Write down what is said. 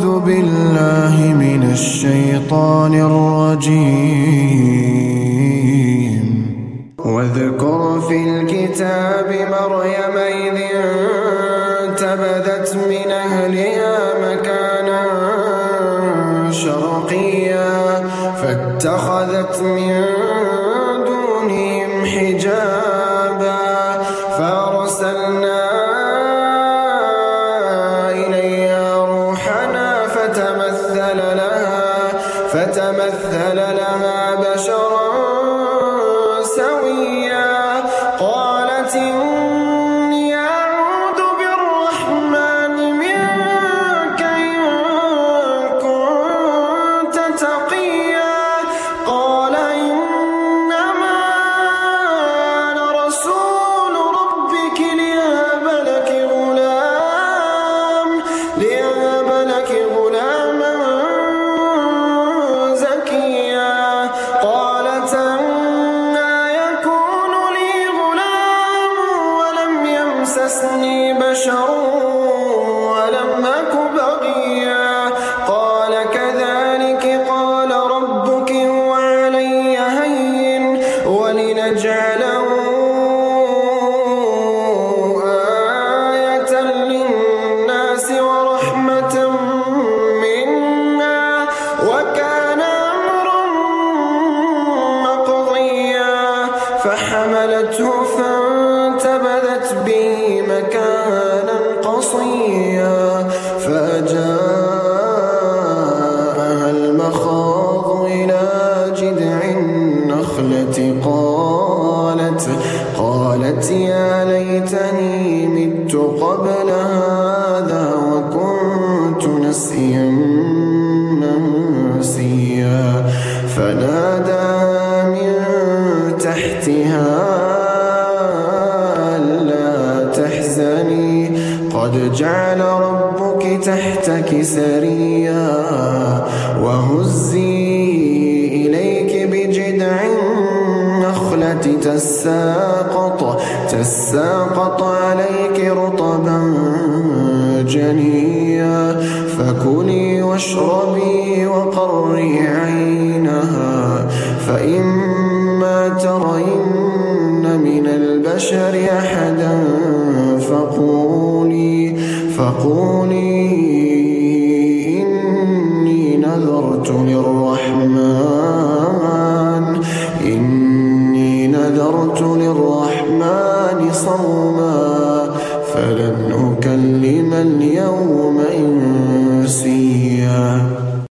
أعوذ بالله من الشيطان الرجيم. واذكر في الكتاب مريم إذ انتبذت من أهلها مكانا شرقيا فاتخذت من دونهم حجابا فأرسلنا إليها روحنا فتمثل لها بشرا سويا. قالت إني أعوذ بالرحمن منك إن كنت تقيا. قال إنما أنا رسول ربك ليهب لك غلاما زكيا. قالت أنى يكون لي غلام ولم يمسسني بشر ولم أك بغيا. قال كذلك قال ربك هو علي هين ولنجعله آية للناس ورحمة منا وكان أمرا مقضيا. فحملته فانتبذت به مكانا قصيا فأجاءها المخاض إلى جذع النخلة قالت يا ليتني مت قبل هذا وكنت نسيا منسيا. فنادى من تحتها ألا تحزني قد جعل ربك تحتك سريا وهزي إليك بجذع النخلة تساقط عليك رطبا جنيا. فكلي واشربي وقري عينها فإما ترين من البشر أحدا فقولي إني نذرت للرحمن صوما فلن أكلم اليوم إنسيا.